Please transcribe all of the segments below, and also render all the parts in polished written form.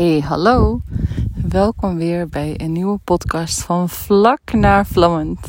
Hey, hallo. Welkom weer bij een nieuwe podcast van Vlak naar Vlammend.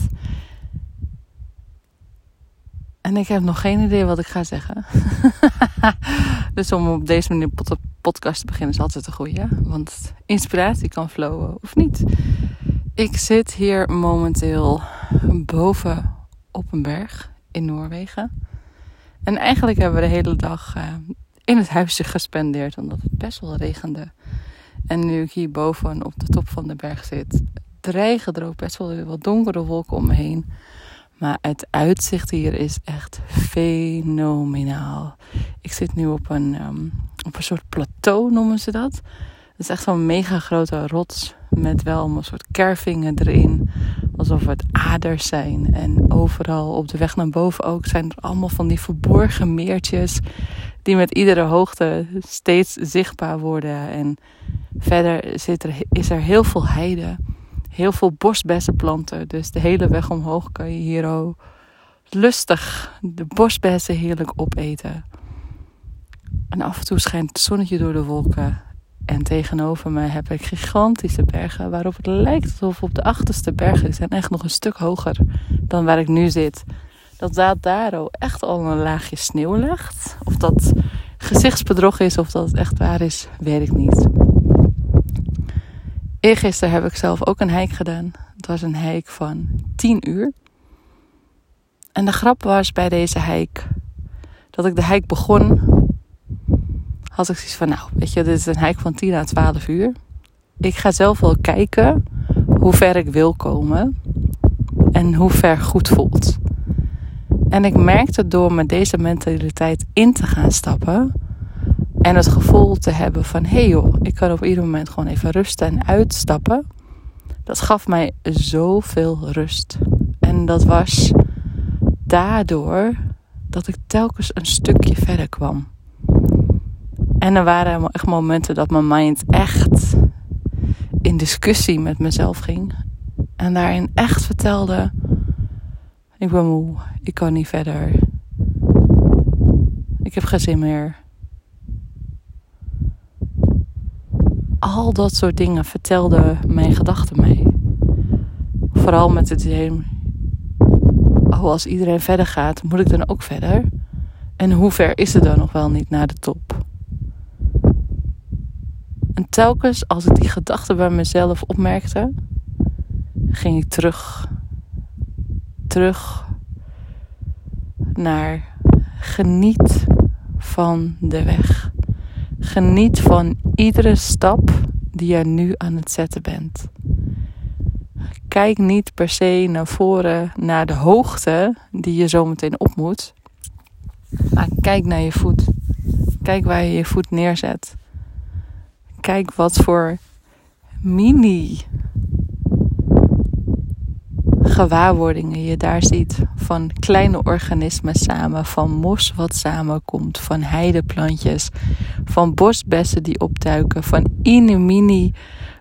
En ik heb nog geen idee wat ik ga zeggen. Dus om op deze manier podcast te beginnen is altijd een goeie. Want inspiratie kan flowen of niet. Ik zit hier momenteel boven op een berg in Noorwegen. En eigenlijk hebben we de hele dag in het huisje gespendeerd. Omdat het best wel regende. En nu ik hier boven op de top van de berg zit, dreigen er ook best wel weer wat donkere wolken om me heen. Maar het uitzicht hier is echt fenomenaal. Ik zit nu op een soort plateau, noemen ze dat. Het is echt zo'n mega grote rots met wel een soort kervingen erin. Alsof het aders zijn. En overal op de weg naar boven ook zijn er allemaal van die verborgen meertjes die met iedere hoogte steeds zichtbaar worden. En verder is er heel veel heide. Heel veel bosbessenplanten. Dus de hele weg omhoog kan je hier ook lustig de bosbessen heerlijk opeten. En af en toe schijnt het zonnetje door de wolken. En tegenover mij heb ik gigantische bergen waarop het lijkt alsof we op de achterste bergen zijn echt nog een stuk hoger dan waar ik nu zit. Dat daar ook echt al een laagje sneeuw ligt. Of dat gezichtsbedrog is of dat het echt waar is, weet ik niet. Eergisteren heb ik zelf ook een hike gedaan. Het was een hike van 10 uur. En de grap was bij deze hike dat ik de hike begon. Had ik zoiets van, weet je, dit is een hike van 10 à 12 uur. Ik ga zelf wel kijken hoe ver ik wil komen. En hoe ver goed voelt. En ik merkte door met deze mentaliteit in te gaan stappen. En het gevoel te hebben van, hey joh, ik kan op ieder moment gewoon even rusten en uitstappen. Dat gaf mij zoveel rust. En dat was daardoor dat ik telkens een stukje verder kwam. En er waren echt momenten dat mijn mind echt in discussie met mezelf ging. En daarin echt vertelde, ik ben moe, ik kan niet verder. Ik heb geen zin meer. Al dat soort dingen vertelden mijn gedachten mij. Vooral met het idee, als iedereen verder gaat, moet ik dan ook verder? En hoe ver is het dan nog wel niet naar de top? En telkens als ik die gedachten bij mezelf opmerkte, ging ik terug naar geniet van de weg. Geniet van iedere stap die je nu aan het zetten bent. Kijk niet per se naar voren, naar de hoogte die je zo meteen op moet. Maar kijk naar je voet. Kijk waar je je voet neerzet. Kijk wat voor mini gewaarwordingen je daar ziet. Van kleine organismen samen, van mos wat samenkomt, van heideplantjes, van bosbessen die opduiken, van mini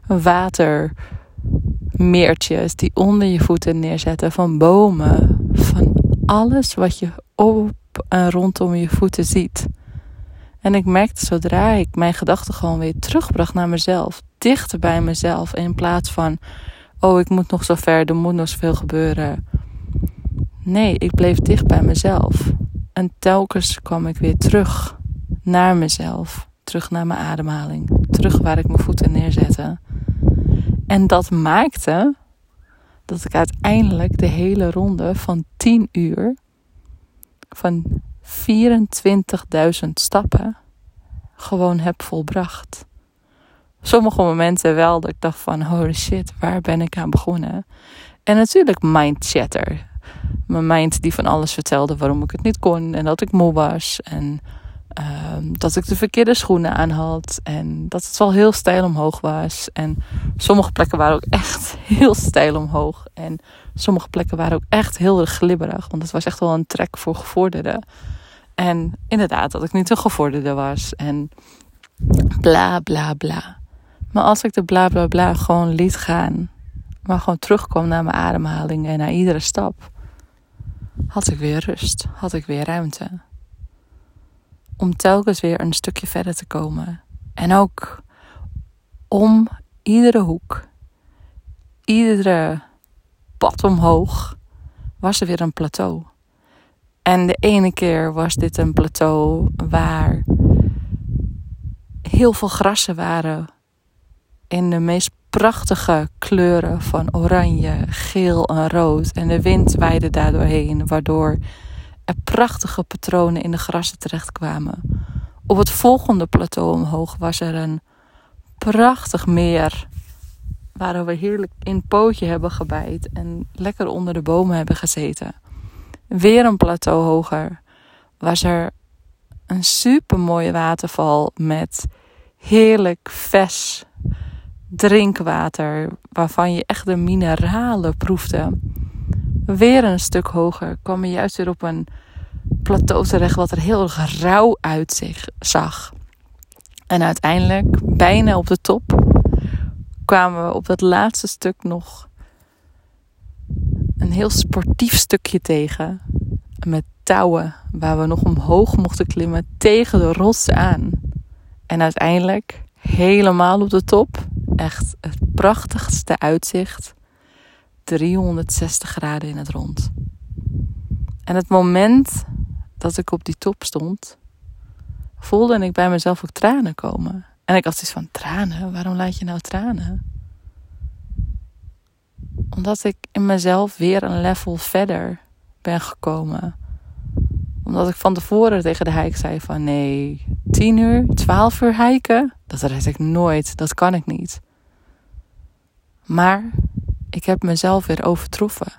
watermeertjes die onder je voeten neerzetten, van bomen, van alles wat je op en rondom je voeten ziet. En ik merkte zodra ik mijn gedachten gewoon weer terugbracht naar mezelf, dichter bij mezelf, in plaats van, ik moet nog zo ver, er moet nog zoveel gebeuren. Nee, ik bleef dicht bij mezelf. En telkens kwam ik weer terug naar mezelf. Terug naar mijn ademhaling. Terug waar ik mijn voeten neerzette. En dat maakte dat ik uiteindelijk de hele ronde van 10 uur... van 24.000 stappen gewoon heb volbracht. Sommige momenten wel dat ik dacht van, holy shit, waar ben ik aan begonnen? En natuurlijk mind chatter. Mijn mind die van alles vertelde waarom ik het niet kon. En dat ik moe was. En dat ik de verkeerde schoenen aan had. En dat het wel heel steil omhoog was. En sommige plekken waren ook echt heel steil omhoog. En sommige plekken waren ook echt heel glibberig. Want het was echt wel een trek voor gevorderden. En inderdaad dat ik niet een gevorderde was. En bla bla bla. Maar als ik de bla bla bla gewoon liet gaan, maar gewoon terugkwam naar mijn ademhaling en naar iedere stap, had ik weer rust, had ik weer ruimte. Om telkens weer een stukje verder te komen. En ook om iedere hoek, iedere pad omhoog, was er weer een plateau. En de ene keer was dit een plateau waar heel veel grassen waren in de meest prachtige kleuren van oranje, geel en rood. En de wind waaide daardoorheen, waardoor er prachtige patronen in de grassen terechtkwamen. Op het volgende plateau omhoog was er een prachtig meer, waar we heerlijk in het pootje hebben gebaaid en lekker onder de bomen hebben gezeten. Weer een plateau hoger was er een supermooie waterval met heerlijk vers drinkwater, waarvan je echt de mineralen proefde. Weer een stuk hoger kwam je juist weer op een plateau terecht wat er heel erg rauw uitzag. En uiteindelijk, bijna op de top, kwamen we op dat laatste stuk nog een heel sportief stukje tegen. Met touwen waar we nog omhoog mochten klimmen tegen de rotsen aan. En uiteindelijk, helemaal op de top, echt het prachtigste uitzicht. 360 graden in het rond. En het moment dat ik op die top stond, voelde ik bij mezelf ook tranen komen. En ik had zoiets van, tranen? Waarom laat je nou tranen? Omdat ik in mezelf weer een level verder ben gekomen. Omdat ik van tevoren tegen de hike zei van, nee, 10 uur, 12 uur hiken, dat red ik nooit, dat kan ik niet. Maar ik heb mezelf weer overtroffen.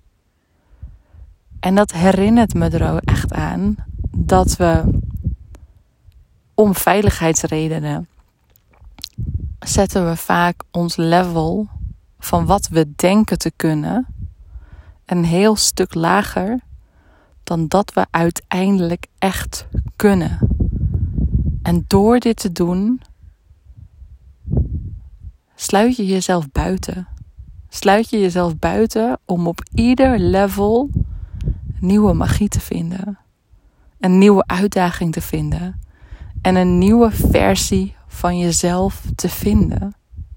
En dat herinnert me er ook echt aan dat we om veiligheidsredenen zetten we vaak ons level van wat we denken te kunnen een heel stuk lager dan dat we uiteindelijk echt kunnen. En door dit te doen, sluit je jezelf buiten. Sluit je jezelf buiten om op ieder level nieuwe magie te vinden. Een nieuwe uitdaging te vinden. En een nieuwe versie van jezelf te vinden.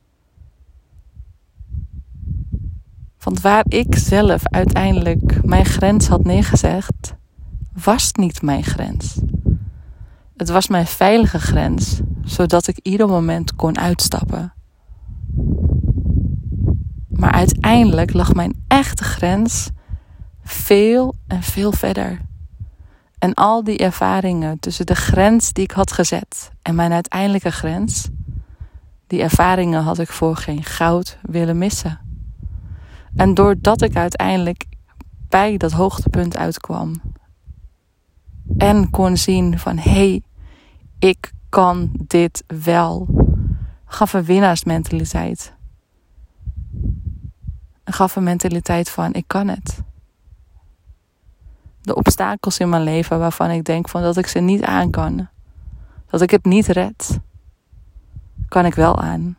Want waar ik zelf uiteindelijk mijn grens had neergezegd, was niet mijn grens. Het was mijn veilige grens, zodat ik ieder moment kon uitstappen. Maar uiteindelijk lag mijn echte grens veel en veel verder. En al die ervaringen tussen de grens die ik had gezet en mijn uiteindelijke grens, die ervaringen had ik voor geen goud willen missen. En doordat ik uiteindelijk bij dat hoogtepunt uitkwam en kon zien van, hé, ik kan dit wel, gaf een winnaarsmentaliteit. Gaf een mentaliteit van, ik kan het. De obstakels in mijn leven waarvan ik denk van dat ik ze niet aan kan, dat ik het niet red, kan ik wel aan.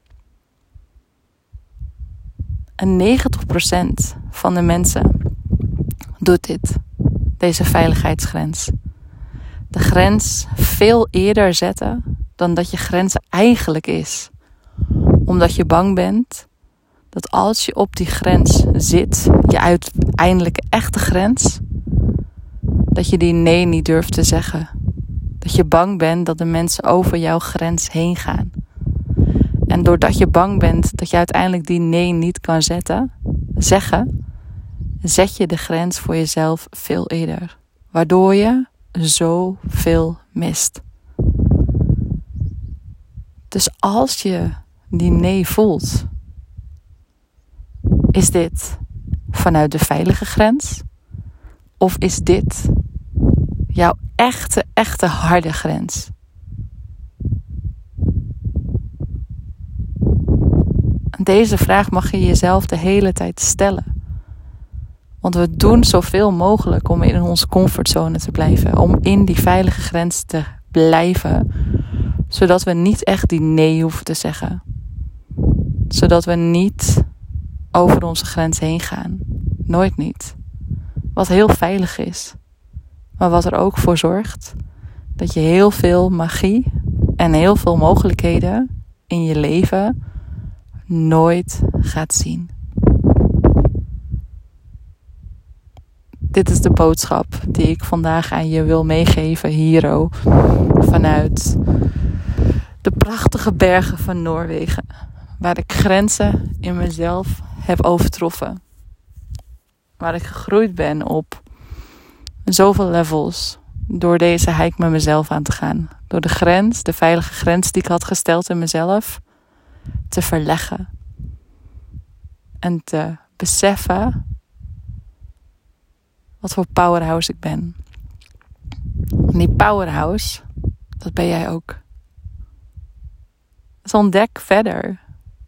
En 90% van de mensen doet dit, deze veiligheidsgrens. De grens veel eerder zetten dan dat je grens eigenlijk is. Omdat je bang bent dat als je op die grens zit, je uiteindelijke echte grens, dat je die nee niet durft te zeggen. Dat je bang bent dat de mensen over jouw grens heen gaan. En doordat je bang bent dat je uiteindelijk die nee niet kan zeggen, zet je de grens voor jezelf veel eerder. Waardoor je zoveel mist. Dus als je die nee voelt, is dit vanuit de veilige grens? Of is dit jouw echte harde grens? Deze vraag mag je jezelf de hele tijd stellen. Want we doen zoveel mogelijk om in onze comfortzone te blijven. Om in die veilige grens te blijven. Zodat we niet echt die nee hoeven te zeggen. Zodat we niet over onze grens heen gaan. Nooit niet. Wat heel veilig is. Maar wat er ook voor zorgt dat je heel veel magie en heel veel mogelijkheden in je leven nooit gaat zien. Dit is de boodschap die ik vandaag aan je wil meegeven hier vanuit de prachtige bergen van Noorwegen. Waar ik grenzen in mezelf heb overtroffen. Waar ik gegroeid ben op zoveel levels. Door deze hike met mezelf aan te gaan. Door de veilige grens die ik had gesteld in mezelf, te verleggen. En te beseffen wat voor powerhouse ik ben. En die powerhouse, dat ben jij ook. Dus ontdek verder.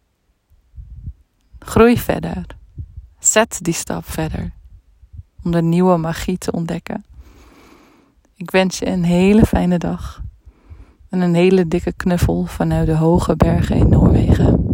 Groei verder. Zet die stap verder. Om de nieuwe magie te ontdekken. Ik wens je een hele fijne dag. En een hele dikke knuffel vanuit de hoge bergen in Noorwegen.